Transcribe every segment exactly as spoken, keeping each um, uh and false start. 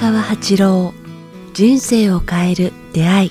川八郎、人生を変える出会い。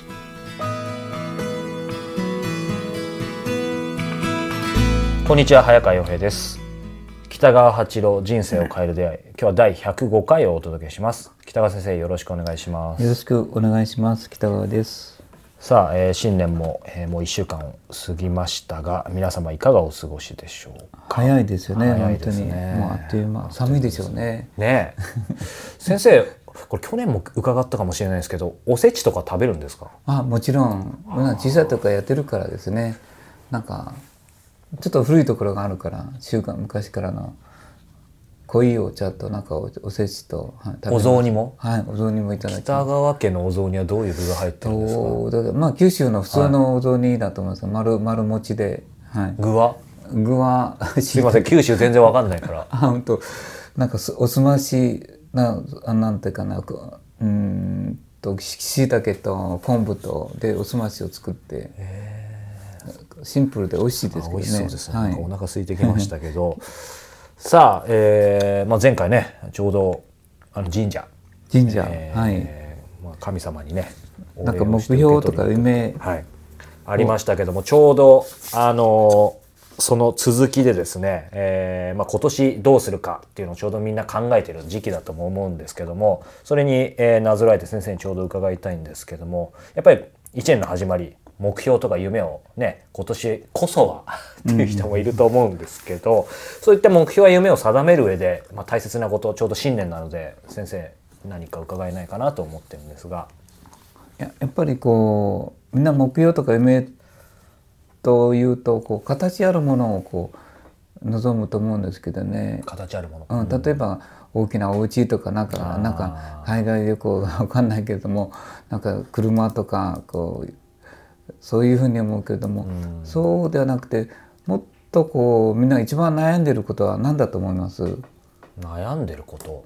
こんにちは、早川洋平です。北川八郎、人生を変える出会い。今日はだいひゃくごかいをお届けします。北川先生、よろしくお願いします。 よろしくお願いします。北川です。 さあ、えー、新年も、えー、もういっしゅうかんを過ぎましたが、皆様いかがお過ごしでしょうか。 早いですよね。 早いですね。 本当にもうあっという間。寒いでしょうね。 ねえ先生、これ去年も伺ったかもしれないですけど、おせちとか食べるんですか？ あ、もちろん。小さい時からやってるからですね。なんかちょっと古いところがあるから、習慣昔からの濃いお茶となんか お, おせちと、はい、 お雑煮も、 はい、お雑煮もいただきます。 北川家のお雑煮はどういう具が入ってるんですか？ だからまあ九州の普通のお雑煮だと思います。はい、丸丸餅で、はい、 具は具はすいません、九州全然わかんないからあ、本当。なんかおすましな、なんていうかな、うんとしいたけと昆布とでおすましを作って、シンプルで美味しいですけどね。 美味しそうですね。 はい、 なんかお腹空いてきましたけどさあ、えーまあ、前回ねちょうどあの神社神社、 えーはいまあ、神様にねなんか目標とか夢、 はい、ありましたけども、ちょうどあのその続きでですね、えーまあ、今年どうするかっていうのをちょうどみんな考えている時期だとも思うんですけども、それに、えー、なぞらえて先生にちょうど伺いたいんですけども、やっぱりいちねんの始まり、目標とか夢をね今年こそはっていう人もいると思うんですけど、うん、そういった目標や夢を定める上で、まあ、大切なこと、ちょうど新年なので先生何か伺えないかなと思ってるんですが。 や, やっぱりこうみんな目標とか夢というとこう形あるものをこう望むと思うんですけどね。 形あるもの、うん、例えば大きなお家とかなんかなんか海外旅行が分かんないけれども、なんか車とかこうそういうふうに思うけれども、うん、そうではなくて、もっとこうみんな一番悩んでいることは何だと思います？ 悩んでること、 うん、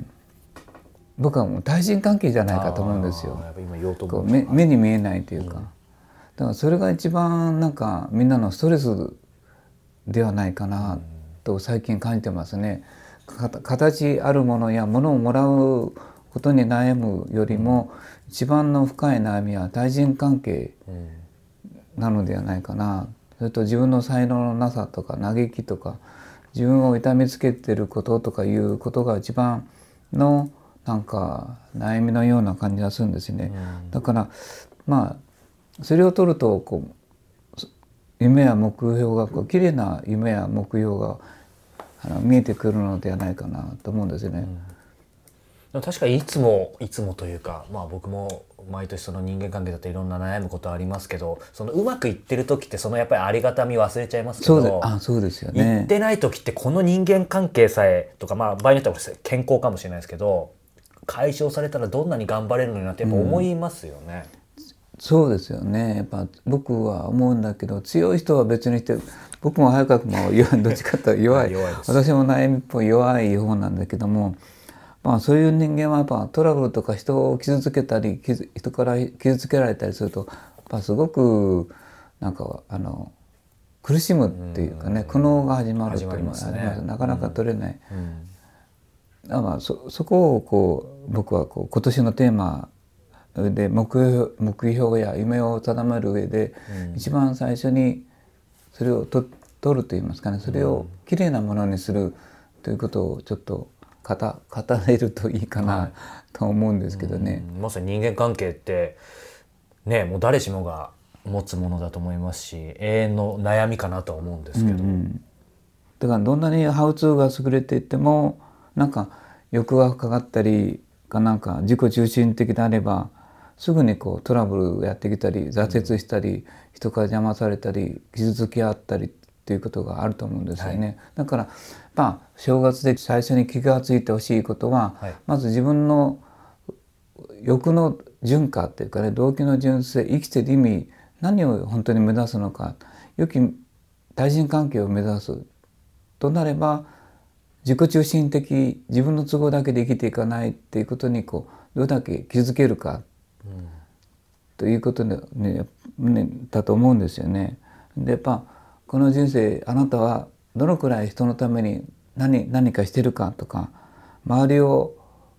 僕はもう対人関係じゃないかと思うんですよ。 やっぱ今言おうと思うこう 目, 目に見えないというか、うん、だからそれが一番なんかみんなのストレスではないかなと最近感じてますね。形あるものやものをもらうことに悩むよりも、うん、一番の深い悩みは対人関係なのではないかな。それと自分の才能のなさとか嘆きとか自分を痛めつけていることとかいうことが一番のなんか悩みのような感じがするんですよね。うん、だからまあそれを取るとこう夢や目標がこう綺麗な夢や目標があの見えてくるのではないかなと思うんですよね。 うん、確かにいつもいつもというか、まあ、僕も毎年その人間関係だっていろんな悩むことはありますけど、そのうまくいってる時ってそのやっぱりありがたみ忘れちゃいますけど、 そうで、あ、そうですよね。 いってない時ってこの人間関係さえとか、まあ、場合によっては健康かもしれないですけど解消されたらどんなに頑張れるのになってやっぱ思いますよね。 うん、そうですよね。やっぱ僕は思うんだけど、強い人は別にして、僕も早川君もどっちかというと弱い弱いです。 私も悩みっぽい弱い方なんだけども、まあ、そういう人間はやっぱトラブルとか人を傷つけたり人から傷つけられたりするとやっぱすごくなんかあの苦しむっていうかね、苦悩が始まるというのがあります。なかなか取れない。うんうんだから そ, そこをこう僕はこう今年のテーマで 目標, 目標や夢を定める上で、うん、一番最初にそれをと取るといいますかね、それをきれいなものにするということをちょっと語, 語れるといいかな、はい、と思うんですけどね。 まさに人間関係ってね、もう誰しもが持つものだと思いますし、永遠の悩みかなとは思うんですけど、うんうん、 だからどんなにハウツーが優れていてもなんか欲がかかったりかなんか自己中心的であればすぐにこうトラブルやってきたり挫折したり、うん、人から邪魔されたり傷つき合ったりっていうことがあると思うんですよね。はい、だからまあ正月で最初に気がついてほしいことは、はい、まず自分の欲の純化っていうかね、動機の純粋、生きてる意味、何を本当に目指すのか、良き対人関係を目指すとなれば自己中心的、自分の都合だけで生きていかないっていうことにこうどれだけ気づけるか、うん、ということで、ねね、だと思うんですよね。でやっぱこの人生あなたはどのくらい人のために 何, 何かしてるかとか、周りを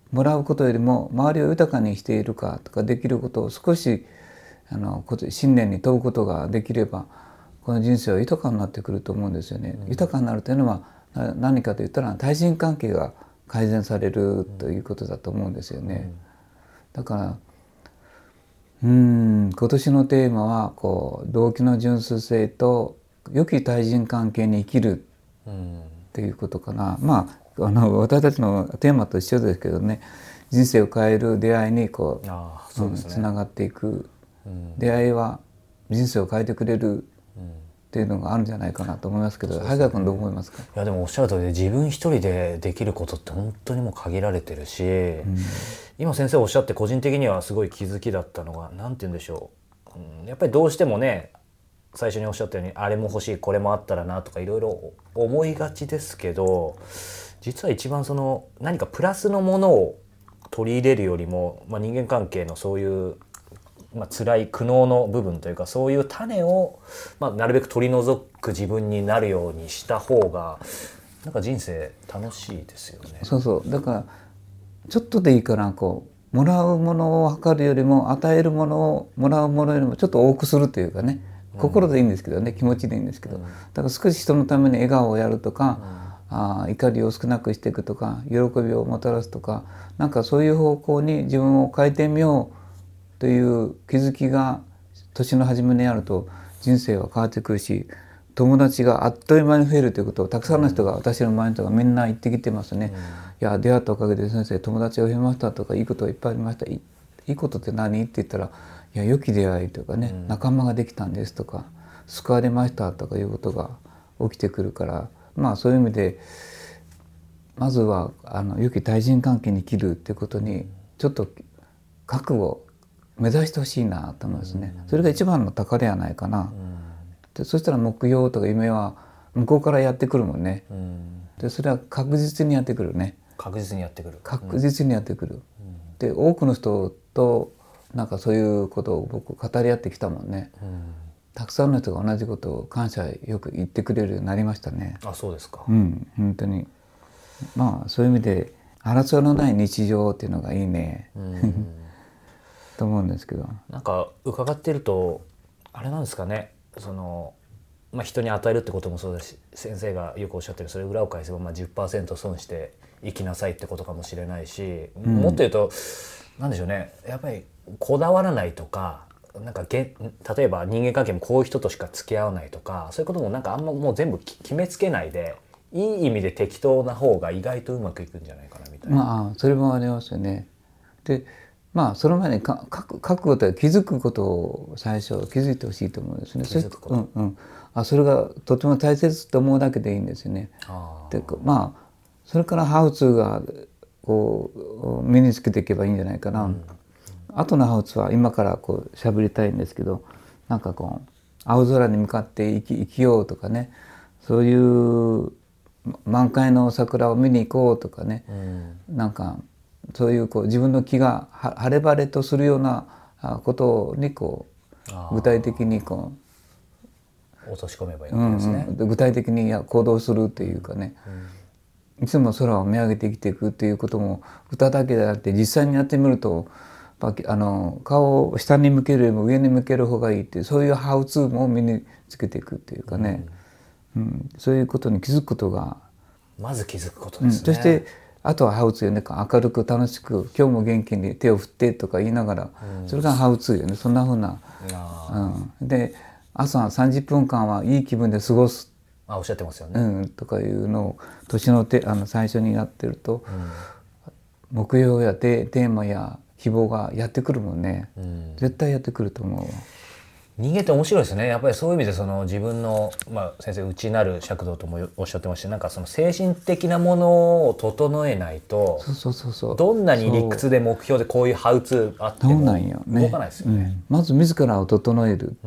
もらうことよりも周りを豊かにしているかとかできることを少しあの信念に問うことができればこの人生は豊かになってくると思うんですよね。うん、豊かになるというのは何かといったら対人関係が改善されるということだと思うんですよね。うん、だからうーん今年のテーマはこう動機の純粋性と良き対人関係に生きるっていうことかな。まあ、あの私たちのテーマと一緒ですけどね、人生を変える出会いにこう、ああ、そうですね、つながっていく、うん、出会いは人生を変えてくれるっていうのがあるんじゃないかなと思いますけど、早川君どう思いますか？ いやでもおっしゃる通りで、自分一人でできることって本当にもう限られてるし、うん、今先生おっしゃって個人的にはすごい気づきだったのが、なんて言うんでしょう、うん、やっぱりどうしてもね、最初におっしゃったようにあれも欲しいこれもあったらなとかいろいろ思いがちですけど、実は一番その何かプラスのものを取り入れるよりも、まあ、人間関係のそういうまあ、辛い苦悩の部分というか、そういう種を、まあ、なるべく取り除く自分になるようにした方がなんか人生楽しいですよね。 そうそう、だからちょっとでいいからこうもらうものを測るよりも与えるものをもらうものよりもちょっと多くするというかね、心でいいんですけどね、気持ちでいいんですけど、だから少し人のために笑顔をやるとか、うん、あ怒りを少なくしていくとか喜びをもたらすとか、なんかそういう方向に自分を変えてみようという気づきが年の初めにあると人生は変わってくるし、友達があっという間に増えるということをたくさんの人が、うん、私の周りの人がみんな言ってきてますね。うん、いや出会ったおかげで先生友達が増えましたとかいいことがいっぱいありました。いいことって何って言ったら、いや良き出会いとかね、うん、仲間ができたんですとか救われましたとかいうことが起きてくるから、まあそういう意味でまずはあの良き対人関係に生きるっていうことにちょっと覚悟目指してほしいなと思いますね。それが一番の宝ではないかな。でそしたら目標とか夢は向こうからやってくるもんね。でそれは確実にやってくるね。 確実にやってくる。 確実にやってくる。で多くの人となんかそういうことを僕語り合ってきたもんね。たくさんの人が同じことを感謝よく言ってくれるようになりましたね。 あ、そうですか。 うん、本当に。まあそういう意味で争いのない日常っていうのがいいね。と思うんですけど、 なんか伺っているとあれなんですかね、その、まあ、人に与えるってこともそうだし、先生がよくおっしゃってるそれ裏を返せばまあ じゅっパーセント 損して生きなさいってことかもしれないし、うん、もっと言うとなんでしょうね、やっぱりこだわらないとか、なんかげ例えば人間関係もこういう人としか付き合わないとか、そういうこともなんかあんまもう全部決めつけないで、いい意味で適当な方が意外とうまくいくんじゃないかなみたいな。 まあそれもありますよね。でまあその前にか書く書くことは気づくことを最初気づいてほしいと思うんですね。 気づくこと、 うんうん、あそれがとても大切と思うだけでいいんですよね。でまあそれからハウツーがこう身につけていけばいいんじゃないかな。うん、後のハウツーは今からこう喋りたいんですけど、なんかこう青空に向かって生き、生きようとかね、そういう満開の桜を見に行こうとかね、うん、なんかそういうこう自分の気が晴れ晴れとするようなことにこう具体的にこう落とし込めばいいわけですね。 うんうん、具体的に行動するというかね、うん、いつも空を見上げて生きていくということも歌だけであって、実際にやってみるとあの顔を下に向けるよりも上に向ける方がいいっていう、そういうハウツーも身につけていくっていうかね、うんうん、そういうことに気づくことがまず気づくことですね。うん、 そしてあとはハウツーよね、明るく楽しく今日も元気に手を振ってとか言いながら、うん、それがハウツーよね。そんなふうな、うん、で朝さんじゅっぷんかんはいい気分で過ごす、 あおっしゃってますよね、 うん、とかいうのを年のてあの最初にやってると、うん、目標やテーマや希望がやってくるもんね、うん、絶対やってくると思う。 人間って面白いですね。やっぱりそういう意味でその自分の、まあ、先生内なる尺度ともおっしゃってましたし、なんかその精神的なものを整えないと、 そうそうそうそう、 どんなに理屈で目標でこういうハウツーあっても動かないですよね。 うん、まず自らを整える、うん、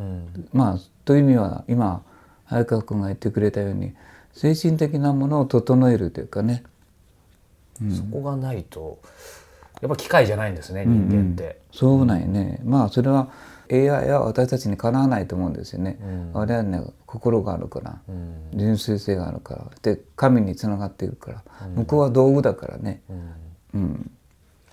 まあという意味は今早川君が言ってくれたように精神的なものを整えるというかね、 うん、そこがないとやっぱ機械じゃないんですね、人間って、うんうん、 そうなんよね。まあそれはエーアイ は私たちにかなわないと思うんですよね、うん、我々には心があるから、うん、純粋性があるから、で神につながっているから、うん、向こうは道具だからね、うんうん、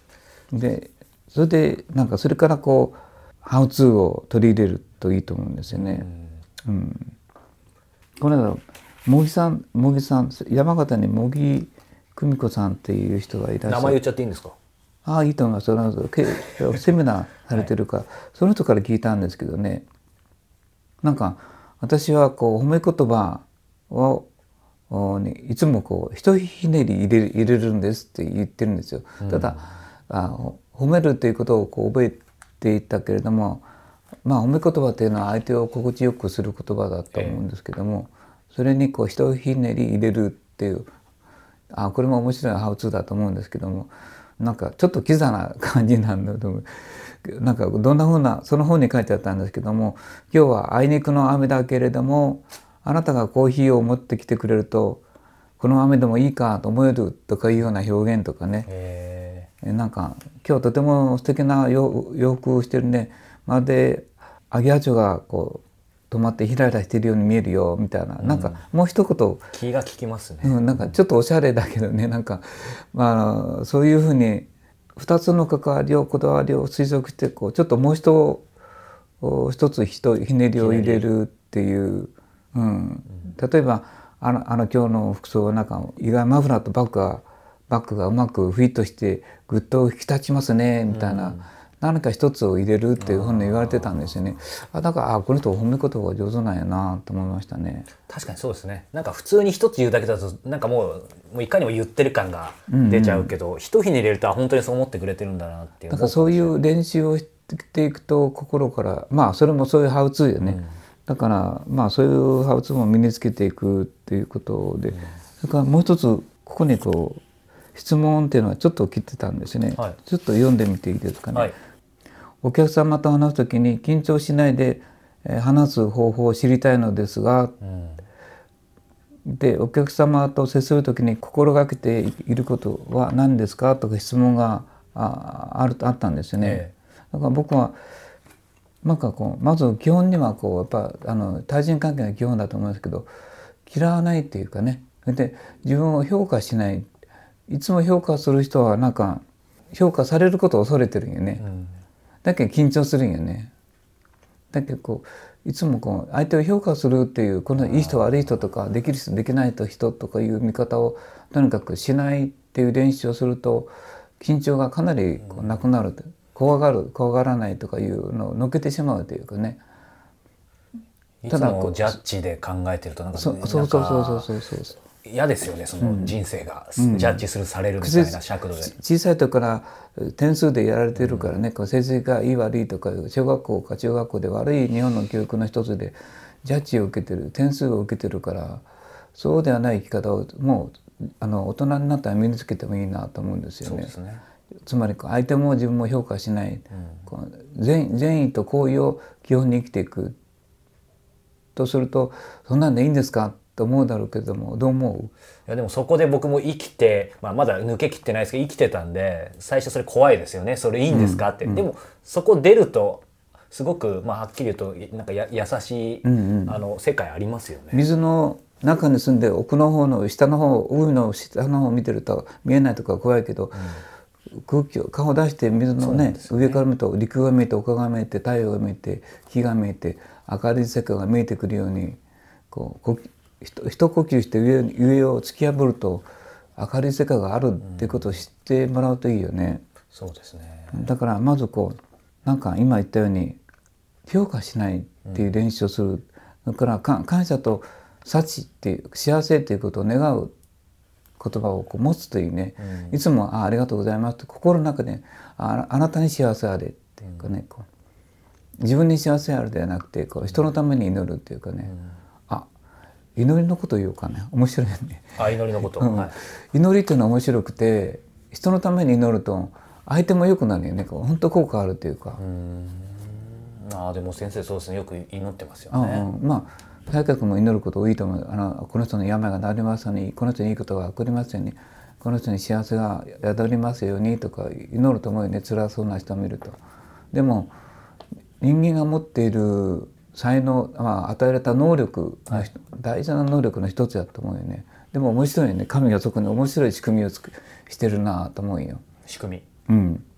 でそれでなんかそれからこうハウツーを取り入れるといいと思うんですよね。うんうん、この間茂木さん茂木さん山形に茂木久美子さんっていう人がいらっしゃる。 名前言っちゃっていいんですか？ ああいいと思います。そのセミナーされてるから、はい、その人から聞いたんですけどね、なんか私はこう褒め言葉をいつもこうひとひねり入れる、入れるんですって言ってるんですよ。ただ、うん、あ褒めるということをこう覚えていたけれども、まあ褒め言葉というのは相手を心地よくする言葉だと思うんですけども、えー、それにこうひとひねり入れるっていう、あこれも面白いハウツーだと思うんですけども、なんかちょっとキザな感じなんだと思う。なんかどんなふうなその本に書いてあったんですけども、今日はあいにくの雨だけれどもあなたがコーヒーを持ってきてくれるとこの雨でもいいかと思えるとかいうような表現とかね、えー、なんか今日とても素敵な洋服をしてるね、まるでアゲハチョウがこう止まってヒラヒラしてるように見えるよみたいな、うん、なんかもう一言気が利きますね、 うん、なんかちょっとおしゃれだけどね、なんか、まあ、そういうふうにふたつの関わりをこだわりを推測してこうちょっともう一一つひとひねりを入れるっていう、うん、例えばあのあの今日の服装はなんか意外マフラーとバッグがバッグがうまくフィットしてグッと引き立ちますねみたいな、うん、何か一つを入れるっていうふうに言われてたんですよね。あだからあこの人褒め言葉が上手なんやなと思いましたね。 確かにそうですね。なんか普通に一つ言うだけだとなんかもう、もういかにも言ってる感が出ちゃうけど、うんうん、一ひねり入れると本当にそう思ってくれてるんだなっていう。 だからそういう練習をしていくと心からまあそれもそういうハウツーよね、うん、だからまあそういうハウツーも身につけていくっていうことで、うん、それからもう一つここにこう質問っていうのはちょっと切ってたんですね、はい、ちょっと読んでみていいですかね、はい、お客様と話すときに緊張しないで話す方法を知りたいのですが、うん、でお客様と接するときに心がけていることは何ですかとか質問が あ, あ, るあったんですよね、ええ、だから僕はなんかこうまず基本にはこうやっぱあの対人関係の基本だと思うんですけど、嫌わないっていうかね、で自分を評価しない、いつも評価する人はなんか評価されることを恐れてるんよね、うん、だけど緊張するんよね。だけどこういつもこう相手を評価するっていうこのいい人悪い人とかできる人できない人とかいう見方をとにかくしないっていう練習をすると緊張がかなりこうなくなる、うん、怖がる怖がらないとかいうのをのけてしまうというかね。 いつもジャッジで考えてるとなんかそうそうそうそうそうそうそう嫌ですよね、その人生が、うん、ジャッジするされるみたいな尺度で、 小さい時から点数でやられてるからね、うん、成績がいい悪いとか小学校か中学校で悪い日本の教育の一つでジャッジを受けてる、点数を受けてるから、そうではない生き方をもうあの大人になったら身につけてもいいなと思うんですよね。そうですね。つまり相手も自分も評価しない、うん、こう 善, 善意と行為を基本に生きていくとすると、そんなんでいいんですかと思うだろうけども、どう思う？いやでもそこで僕も生きて、まあ、まだ抜けきってないですけど生きてたんで、最初それ怖いですよね。それいいんですかって、うんうん、でもそこ出るとすごく、まあ、はっきり言うとなんかや優しい、うんうん、あの世界ありますよね。 水の中に住んで奥の方の下の方、海の下の方を見てると見えないとか怖いけど、うん、空気を顔を出して水の ね, ね上から見ると陸が見えて丘が見えて太陽が見えて木が見えて明るい世界が見えてくるようにこう一呼吸して上, 上を突き破ると明るい世界があるっていうことを知ってもらうといいよね、うん、 そうですね。 だからまずこうなんか今言ったように評価しないっていう練習をする、うん、それから感謝と幸っていう幸せっていうことを願う言葉をこう持つというね、うん、いつも あ, ありがとうございますって心の中で あ, あなたに幸せあれっていうかね、うん、こう自分に幸せあるではなくてこう人のために祈るっていうかね、うん、あ祈りのことを言おうかね、面白いよね。 あ祈りのこと、うんはい、 祈りっていうのは面白くて人のために祈ると相手も良くなるよね。こう本当効果あるっていうか。 うんあでも先生そうですね、よく祈ってますよね。 うんうん、まあ早川君も祈ること多いと思う。あのこの人の病が治りますように、この人にいいことが起こりますように、この人に幸せが宿りますようにとか祈ると思うよね、辛そうな人を見ると。でも人間が持っている才能、まあ、与えられた能力、はい、大事な能力の一つだと思うよね。でも面白いよね、神がそこに面白い仕組みをつくしてるなと思うよ。 仕組み、 うん、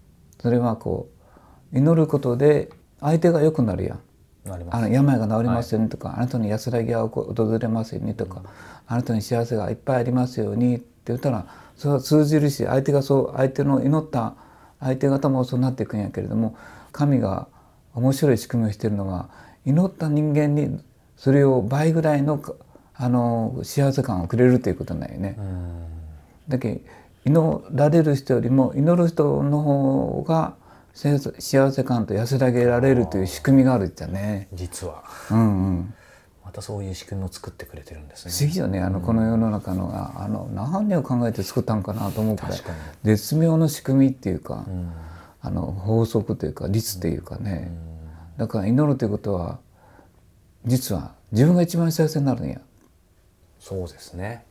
それはこう祈ることで相手が良くなるやん。 なります。 あの病が治りますようにとか、はい、あなたに安らぎが訪れますようにとか、うん、あなたに幸せがいっぱいありますようにって言ったらそれは通じるし、相手がそう相手の祈った相手方もそうなっていくんやけれども、神が面白い仕組みをしているのは祈った人間にそれを倍ぐらいのあの幸せ感をくれるということなんよね。だけど祈られる人よりも祈る人の方が幸せ感と安らげられるという仕組みがあるってね。 実は、 うんうん、 またそういう仕組みを作ってくれてるんですね。 不思議よね。あの、うん、この世の中のあの何を考えて作ったんかなと思うくらい絶妙の仕組みっていうか、うん、あの法則というか律というかね、うん、だから祈るということは実は自分が一番幸せになるんや。 そうですね。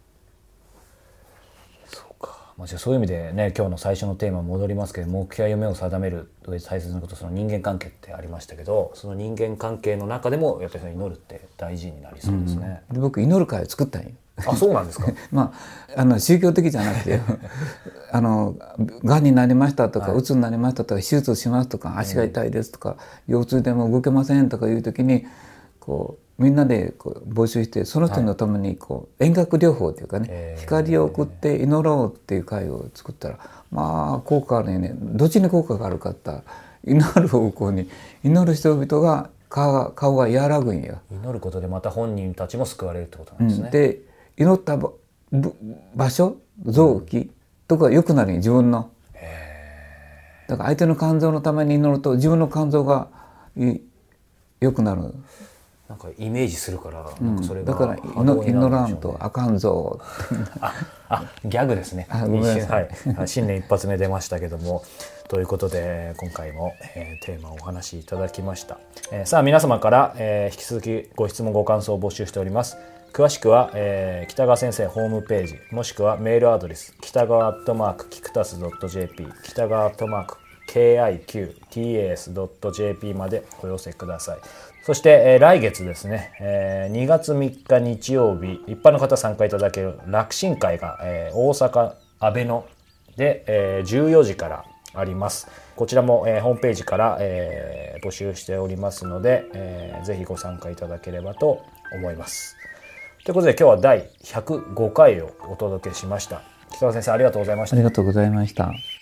まあ、じゃあそういう意味でね、今日の最初のテーマに戻りますけど、目標や夢を定める上で大切なこと、その人間関係ってありましたけど、その人間関係の中でもやっぱり祈るって大事になりそうですね。 うん、で僕祈る会を作ったんよ。 あ、そうなんですか。 まああの宗教的じゃなくてあのがんになりましたとか、はい、うつになりましたとか、手術しますとか、足が痛いですとか、うん、腰痛でも動けませんとかいう時にこうみんなでこう募集して、その人のためにこう遠隔療法というかね、はい、光を送って祈ろうっていう会を作ったら、まあ効果あるよね。どっちに効果があるかって言ったら、祈る方向に、祈る人々が顔が、顔が和らぐんや。 祈ることでまた本人たちも救われるってことなんですね。 うん、で祈った場所、臓器とか良くなるんよ、自分の。だから相手の肝臓のために祈ると自分の肝臓が良くなる。 なんかイメージするから、なんかそれがだから祈らんとあかんぞああギャグですね。 あ、ごめんなさい。 はい、新年一発目出ましたけどもということで今回も、えー、テーマをお話しいただきました。えー、さあ皆様から、えー、引き続きご質問ご感想を募集しております。詳しくは、えー、北川先生ホームページ、もしくはメールアドレス北川アットマークキクタス .jp 北川アットマーク ケーアイキューティーエーエス ドット ジェーピー までお寄せください。そして、えー、来月ですね、えー、にがつみっか日曜日、一般の方参加いただける楽神会が、えー、大阪阿倍野で、えー、じゅうよじからあります。こちらも、えー、ホームページから、えー、募集しておりますので、えー、ぜひご参加いただければと思います。ということで今日はだいひゃくごかいをお届けしました。北川先生ありがとうございました。 ありがとうございました。